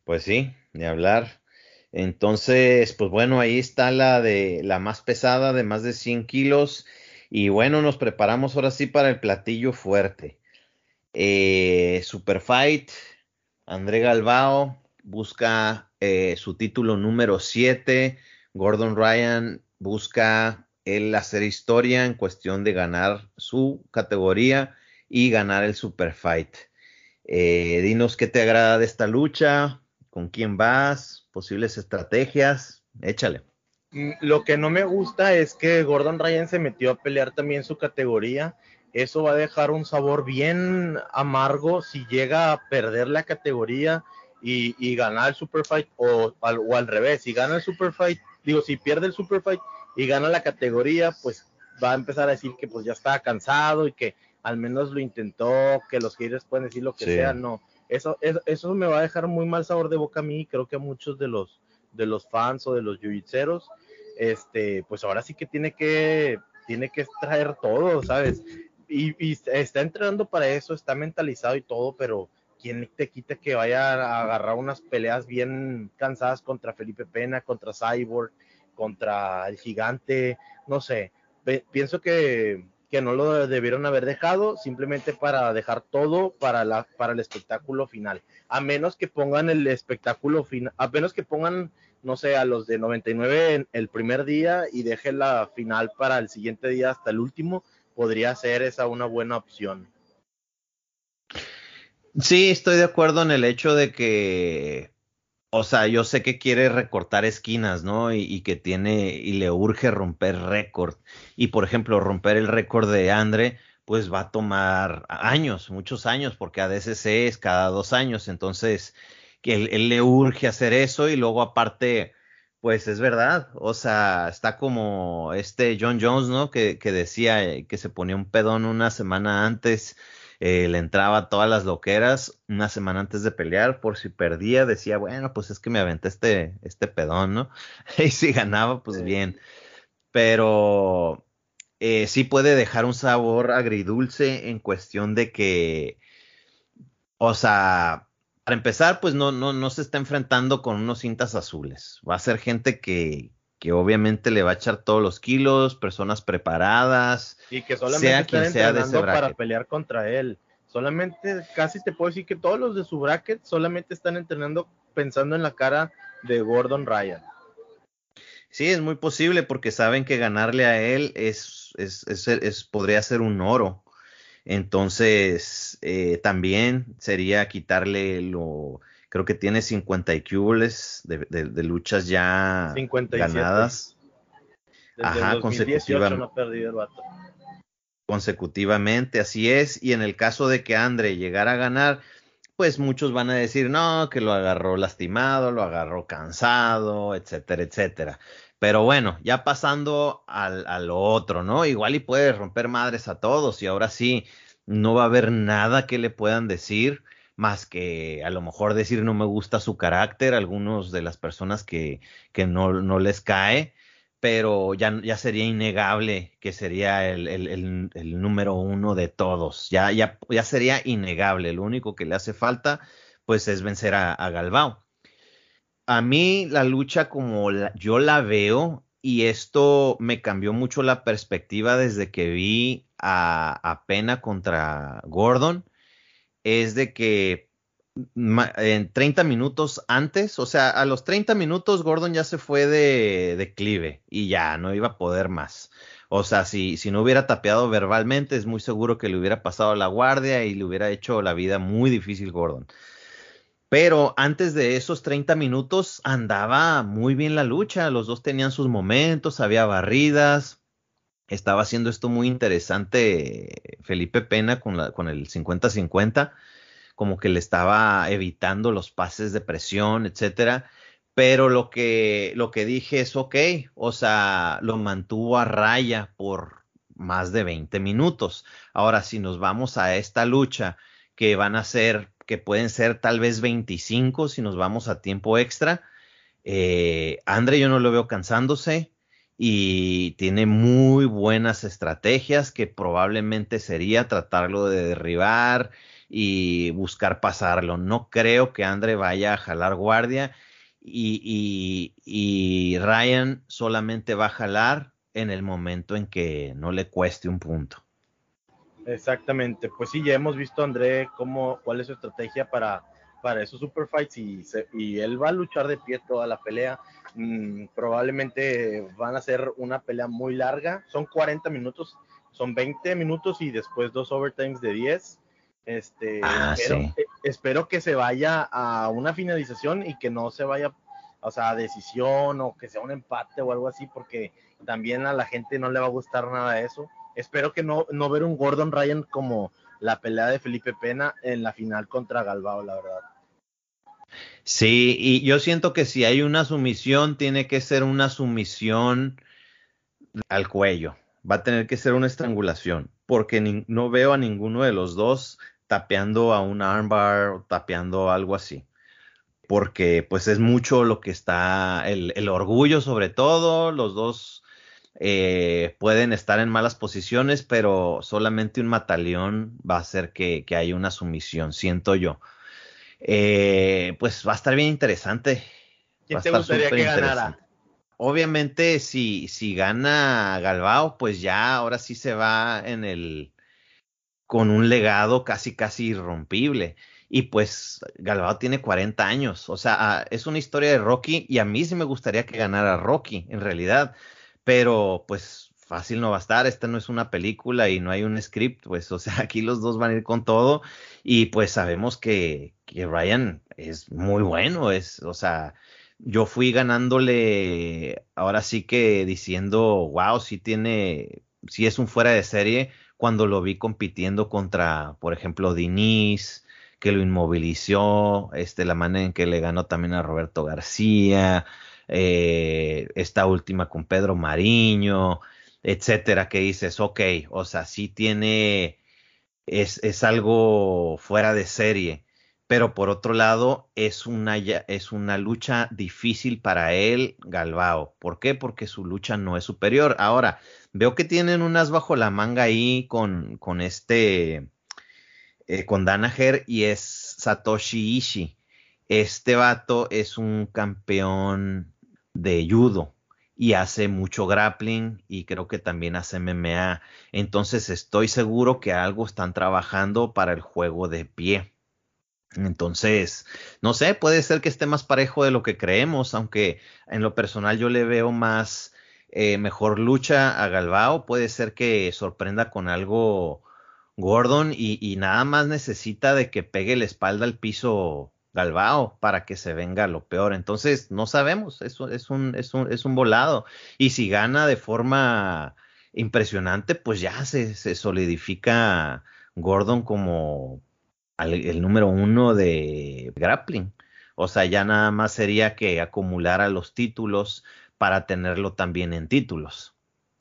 Pues sí, de hablar. Entonces, pues bueno, ahí está la de la más pesada de más de cien kilos. Y bueno, nos preparamos ahora sí para el platillo fuerte. Eh, Super Fight, André Galvao busca eh, su título número siete. Gordon Ryan busca él hacer historia en cuestión de ganar su categoría y ganar el Super Fight. Eh, dinos qué te agrada de esta lucha, con quién vas, posibles estrategias, échale. Mm, Lo que no me gusta es que Gordon Ryan se metió a pelear también su categoría. Eso va a dejar un sabor bien amargo si llega a perder la categoría y, y ganar el Super Fight, o, al, o al revés, si gana el Super Fight, digo, si pierde el Super Fight y gana la categoría, pues va a empezar a decir que pues ya estaba cansado y que al menos lo intentó, que los haters pueden decir lo que Sí. sea. No, eso, eso, eso me va a dejar muy mal sabor de boca a mí, creo que a muchos de los, de los fans o de los jiu-jitseros. Este, pues ahora sí que tiene que, tiene que extraer todo, ¿sabes? Y, y está entrenando para eso, está mentalizado y todo, pero ¿quién te quita que vaya a agarrar unas peleas bien cansadas contra Felipe Pena, contra Cyborg, contra el Gigante? No sé, pienso que, que no lo debieron haber dejado simplemente para dejar todo para, la, para el espectáculo final. A menos que pongan el espectáculo final, a menos que pongan, no sé, a los de noventa y nueve en el primer día y dejen la final para el siguiente día hasta el último, podría ser esa una buena opción. Sí, estoy de acuerdo en el hecho de que, o sea, yo sé que quiere recortar esquinas, ¿no? Y, y que tiene, y le urge romper récord. Y por ejemplo, romper el récord de Andre, pues va a tomar años, muchos años, porque A D C C es cada dos años. Entonces, que él, él le urge hacer eso y luego aparte, pues es verdad. O sea, está como este John Jones, ¿no? Que, que decía eh, que se ponía un pedón una semana antes, eh, le entraba todas las loqueras una semana antes de pelear, por si perdía, decía, bueno, pues es que me aventé este, este pedón, ¿no? Y si ganaba, pues Eh, bien. Pero eh, sí puede dejar un sabor agridulce en cuestión de que, o sea, para empezar, pues no, no, no se está enfrentando con unos cintas azules. Va a ser gente que, que obviamente le va a echar todos los kilos, personas preparadas, y que solamente sea están quien sea de ese entrenando para bracket. pelear contra él. Solamente, casi te puedo decir que todos los de su bracket solamente están entrenando pensando en la cara de Gordon Ryan. Sí, es muy posible porque saben que ganarle a él es, es, es, es- podría ser un oro. Entonces, eh, también sería quitarle lo, creo que tiene cincuenta y cubles de, de, de luchas ya cincuenta y siete. ganadas, Desde el ajá, dos mil dieciocho consecutiva, no ha perdido el vato. consecutivamente, así es. Y en el caso de que Andre llegara a ganar, pues muchos van a decir, no, que lo agarró lastimado, lo agarró cansado, etcétera, etcétera. Pero bueno, ya pasando al, a lo otro, ¿no? Igual y puede romper madres a todos y ahora sí, no va a haber nada que le puedan decir, más que a lo mejor decir no me gusta su carácter, algunos de las personas que, que no, no les cae, pero ya, ya sería innegable que sería el, el, el, el número uno de todos. Ya, ya, ya sería innegable. Lo único que le hace falta, pues, es vencer a, a Galbao. A mí la lucha como la, yo la veo, y esto me cambió mucho la perspectiva desde que vi a, a Pena contra Gordon, es de que ma- en treinta minutos antes, o sea, a los treinta minutos Gordon ya se fue de declive y ya no iba a poder más. O sea, si, si no hubiera tapeado verbalmente, es muy seguro que le hubiera pasado la guardia y le hubiera hecho la vida muy difícil Gordon. Pero antes de esos treinta minutos andaba muy bien la lucha, los dos tenían sus momentos, había barridas, estaba haciendo esto muy interesante Felipe Pena con, la, con el cincuenta cincuenta, como que le estaba evitando los pases de presión, etcétera. Pero lo que, lo que dije es ok, o sea, lo mantuvo a raya por más de veinte minutos. Ahora, si nos vamos a esta lucha, que van a ser, que pueden ser tal vez veinticinco si nos vamos a tiempo extra, eh, Andre yo no lo veo cansándose y tiene muy buenas estrategias que probablemente sería tratarlo de derribar y buscar pasarlo. No creo que Andre vaya a jalar guardia y, y, y Ryan solamente va a jalar en el momento en que no le cueste un punto. Exactamente, pues sí, ya hemos visto a André cómo, cuál es su estrategia para, para esos super fights y, se, y él va a luchar de pie toda la pelea. Mm, probablemente van a ser una pelea muy larga, son cuarenta minutos, son veinte minutos y después dos overtimes de diez. Este, Ah, espero, sí. eh, espero que se vaya a una finalización y que no se vaya, o sea, a decisión o que sea un empate o algo así, porque también a la gente no le va a gustar nada de eso. Espero que no, no ver un Gordon Ryan como la pelea de Felipe Pena en la final contra Galbao, la verdad. Sí, y yo siento que si hay una sumisión, tiene que ser una sumisión al cuello. Va a tener que ser una estrangulación, porque ni, no veo a ninguno de los dos tapeando a un armbar o tapeando algo así. Porque pues es mucho lo que está, el, el orgullo sobre todo, los dos eh, pueden estar en malas posiciones, pero solamente un mataleón va a hacer que, que haya una sumisión, siento yo. Eh, pues va a estar bien interesante, va a ¿Quién te estar gustaría súper que ganara? interesante. Obviamente, si, si gana Galbao, pues ya ahora sí se va en el con un legado casi casi irrompible. Y pues Galbao tiene cuarenta años, o sea, ah, es una historia de Rocky y a mí sí me gustaría que ganara Rocky, en realidad, pero pues fácil no va a estar, esta no es una película y no hay un script, pues, o sea, aquí los dos van a ir con todo y pues sabemos que, que Ryan es muy bueno, es, o sea, yo fui ganándole, ahora sí que diciendo, wow, sí tiene, sí es un fuera de serie cuando lo vi compitiendo contra, por ejemplo, Diniz, que lo inmovilizó, este, la manera en que le ganó también a Roberto García, eh, esta última con Pedro Mariño, etcétera, que dices, ok, o sea, sí tiene, es, es algo fuera de serie, pero por otro lado es una, es una lucha difícil para él, Galbao. ¿Por qué? Porque su lucha no es superior. Ahora, veo que tienen unas bajo la manga ahí con, con este, eh, con Danaher y es Satoshi Ishii. Este vato es un campeón de judo y hace mucho grappling y creo que también hace M M A. Entonces estoy seguro que algo están trabajando para el juego de pie. Entonces, no sé, puede ser que esté más parejo de lo que creemos, aunque en lo personal yo le veo más eh, mejor lucha a Galbao. Puede ser que sorprenda con algo Gordon y, y nada más necesita de que pegue la espalda al piso Galbao para que se venga lo peor. Entonces, no sabemos, es, un- es un, es un, es un volado. Y si gana de forma impresionante, pues ya se, se solidifica Gordon como al- el número uno de grappling. O sea, ya nada más sería que acumulara los títulos para tenerlo también en títulos.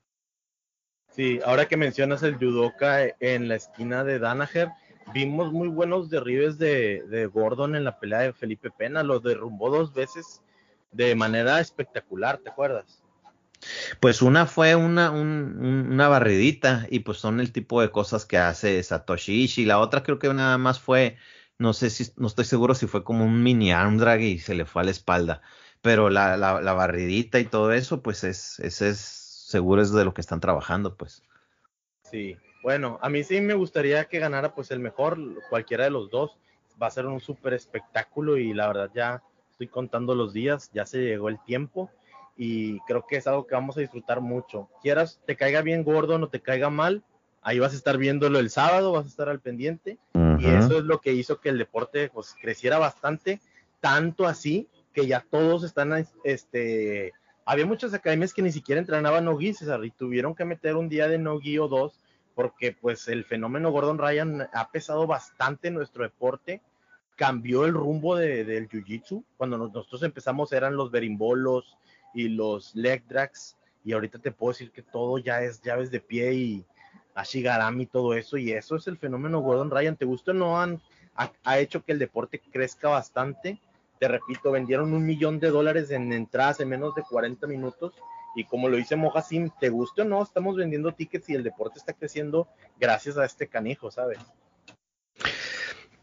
Sí, ahora que mencionas el judoka en la esquina de Danaher, vimos muy buenos derribes de, de Gordon en la pelea de Felipe Pena, lo derrumbó dos veces de manera espectacular, ¿te acuerdas? Pues una fue una, un- un- una barridita y pues son el tipo de cosas que hace Satoshi Ishii. La otra creo que nada más fue, no sé si, no estoy seguro si fue como un mini arm drag y se le fue a la espalda. Pero la, la, la barridita y todo eso, pues es, ese es, seguro es de lo que están trabajando, pues. Sí, bueno, a mí sí me gustaría que ganara pues el mejor, cualquiera de los dos. Va a ser un súper espectáculo y la verdad ya estoy contando los días, ya se llegó el tiempo y creo que es algo que vamos a disfrutar mucho. Quieras, te caiga bien gordo, no te caiga mal, ahí vas a estar viéndolo el sábado, vas a estar al pendiente y Ujú. eso es lo que hizo que el deporte pues creciera bastante, tanto así que ya todos están, este, había muchas academias que ni siquiera entrenaban no-gi, César, y tuvieron que meter un día de no-gi o dos porque pues el fenómeno Gordon Ryan ha pesado bastante en nuestro deporte, cambió el rumbo de, del jiu-jitsu, cuando nosotros empezamos eran los berimbolos y los leg drags, y ahorita te puedo decir que todo ya es llaves de pie y ashigarami y todo eso, y eso es el fenómeno Gordon Ryan, te gusta o no, han, ha, ha hecho que el deporte crezca bastante, te repito, vendieron un millón de dólares en entradas en menos de cuarenta minutos, y como lo dice Mohasim, te guste o no, estamos vendiendo tickets y el deporte está creciendo gracias a este canijo, ¿sabes?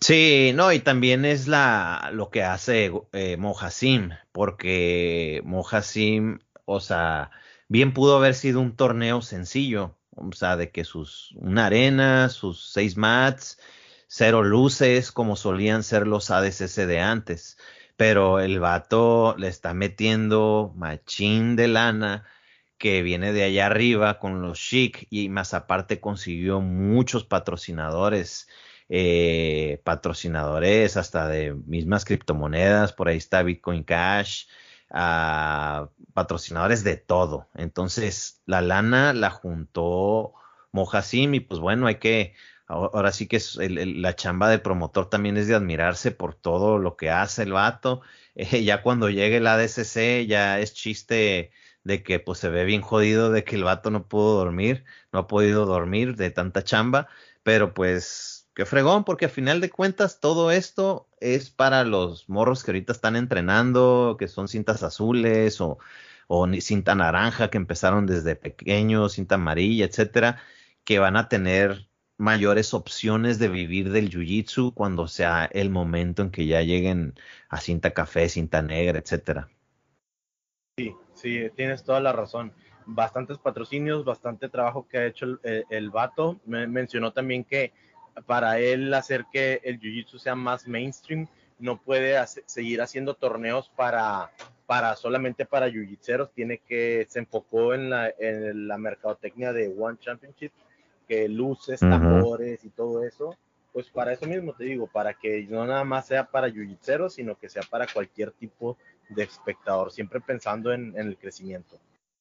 Sí, no, y también es la lo que hace eh, Mohassim, porque Mohassim, o sea, bien pudo haber sido un torneo sencillo, o sea, de que sus una arena, sus seis mats, cero luces, como solían ser los A D C C de antes, pero el vato le está metiendo machín de lana que viene de allá arriba con los Chic y más aparte consiguió muchos patrocinadores, eh, patrocinadores hasta de mismas criptomonedas, por ahí está Bitcoin Cash, ah, patrocinadores de todo. Entonces la lana la juntó Mohassim y pues bueno, hay que, ahora sí que es el- el- la chamba del promotor también es de admirarse por todo lo que hace el vato. Eh, ya cuando llegue el A D C C ya es chiste de que pues se ve bien jodido de que el vato no pudo dormir, no ha podido dormir de tanta chamba, pero pues qué fregón, porque a final de cuentas todo esto es para los morros que ahorita están entrenando, que son cintas azules o, o ni- cinta naranja, que empezaron desde pequeños, cinta amarilla, etcétera, que van a tener mayores opciones de vivir del jiu-jitsu cuando sea el momento en que ya lleguen a cinta café, cinta negra, etcétera. Sí, sí, tienes toda la razón. Bastantes patrocinios, bastante trabajo que ha hecho el, el, el vato. Me mencionó también que para él hacer que el jiu-jitsu sea más mainstream, no puede hacer, seguir haciendo torneos para, para solamente para jiu-jitseros. Tiene que, se enfocó en la, en la mercadotecnia de One Championship, que luces, Ujú. tambores y todo eso. Pues para eso mismo te digo, para que no nada más sea para jiu-jitseros, sino que sea para cualquier tipo de espectador, siempre pensando en, en el crecimiento.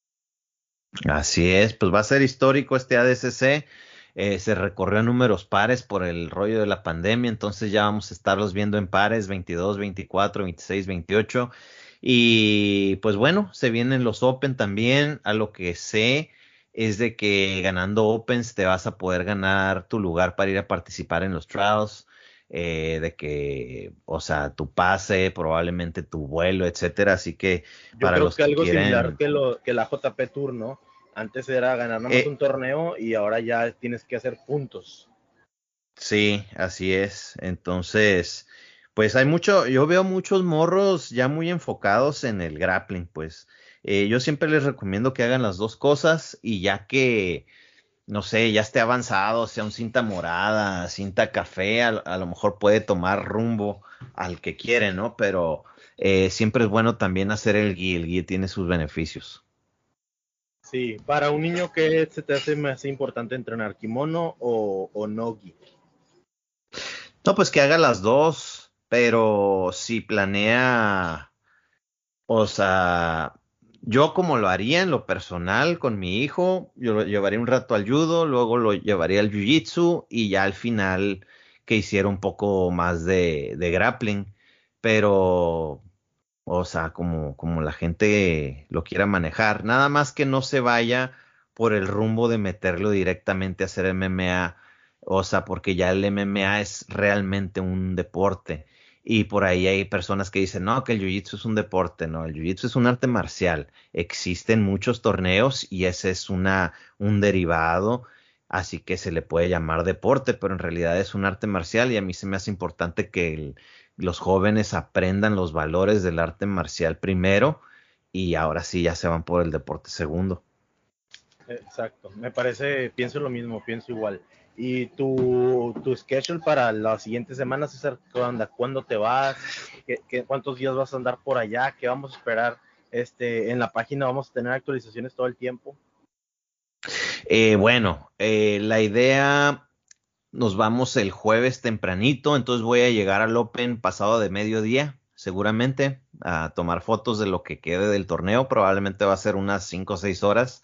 Así es, pues va a ser histórico este A D C C. Eh, se recorrió a números pares por el rollo de la pandemia, entonces ya vamos a estarlos viendo en pares veintidós, veinticuatro, veintiséis, veintiocho. Y pues bueno, se vienen los Open también. A lo que sé es de que ganando Opens te vas a poder ganar tu lugar para ir a participar en los trials. Eh, de que, o sea, tu pase, probablemente tu vuelo, etcétera. Así que Yo para creo los que que algo similar quieren. que, lo, que la J P Tour, ¿no? Antes era ganar nada más un eh, torneo y ahora ya tienes que hacer puntos. Sí, así es. Entonces, pues hay mucho, yo veo muchos morros ya muy enfocados en el grappling, pues eh, yo siempre les recomiendo que hagan las dos cosas y ya que, no sé, ya esté avanzado, sea un cinta morada, cinta café, a, a lo mejor puede tomar rumbo al que quiere, ¿no? Pero eh, siempre es bueno también hacer el gi, el gi tiene sus beneficios. Sí, para un niño que se te hace más importante entrenar, kimono o, o nogi. No, pues que haga las dos, pero si planea. O sea, yo como lo haría en lo personal con mi hijo, yo lo llevaría un rato al judo, luego lo llevaría al jiu-jitsu y ya al final que hiciera un poco más de, de grappling. Pero, o sea, como, como la gente lo quiera manejar, nada más que no se vaya por el rumbo de meterlo directamente a hacer M M A, o sea, porque ya el M M A es realmente un deporte. Y por ahí hay personas que dicen, no, que el jiu-jitsu es un deporte, no, el jiu-jitsu es un arte marcial. Existen muchos torneos y ese es una, un derivado, así que se le puede llamar deporte, pero en realidad es un arte marcial y a mí se me hace importante que el- los jóvenes aprendan los valores del arte marcial primero y ahora sí ya se van por el deporte segundo. Exacto, me parece, pienso lo mismo, pienso igual. ¿Y tu, tu schedule para las siguientes semanas, César? ¿Qué onda? ¿Cuándo te vas? ¿Qué, qué, cuántos días vas a andar por allá? ¿Qué vamos a esperar? Este, en la página vamos a tener actualizaciones todo el tiempo. Eh, bueno, eh, la idea, nos vamos el jueves tempranito, entonces voy a llegar al Open pasado de mediodía, seguramente, a tomar fotos de lo que quede del torneo, probablemente va a ser unas cinco o seis horas.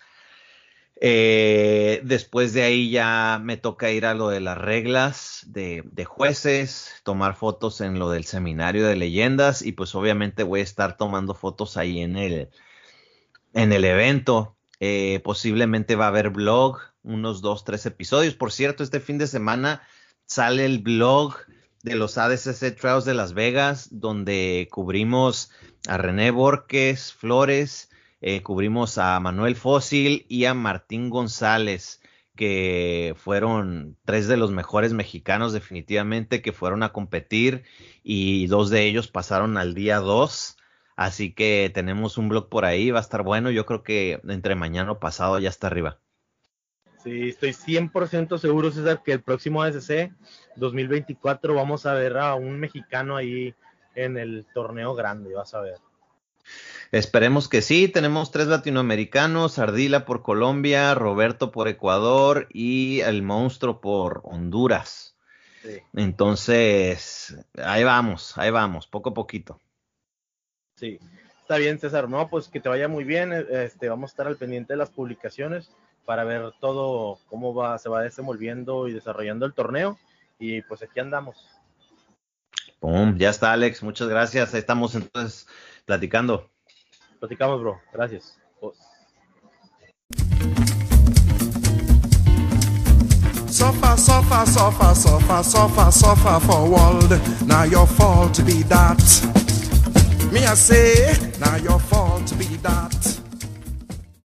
Eh, después de ahí ya me toca ir a lo de las reglas de, de jueces, tomar fotos en lo del seminario de leyendas y pues obviamente voy a estar tomando fotos ahí en el, en el evento. Eh, posiblemente va a haber blog, unos dos, tres episodios. Por cierto, este fin de semana sale el blog de los A D C C Trials de Las Vegas, donde cubrimos a René Borges Flores, eh, cubrimos a Manuel Fósil y a Martín González, que fueron tres de los mejores mexicanos definitivamente que fueron a competir y dos de ellos pasaron al día dos. Así que tenemos un blog por ahí, va a estar bueno. Yo creo que entre mañana o pasado ya está arriba. Sí, estoy cien por ciento seguro, César, que el próximo A S C dos mil veinticuatro vamos a ver a un mexicano ahí en el torneo grande, vas a ver. Esperemos que sí. Tenemos tres latinoamericanos, Ardila por Colombia, Roberto por Ecuador y el Monstruo por Honduras. Sí. Entonces, ahí vamos, ahí vamos, poco a poquito. Sí, está bien, César. No, pues que te vaya muy bien. Este, vamos a estar al pendiente de las publicaciones para ver todo cómo va, se va desenvolviendo y desarrollando el torneo. Y pues aquí andamos. Pum, ya está, Alex. Muchas gracias. Ahí estamos entonces platicando. Platicamos, bro. Gracias. Pues. Suffer, suffer, suffer, suffer, suffer, suffer for world. Now your fault be that. Me I say, now your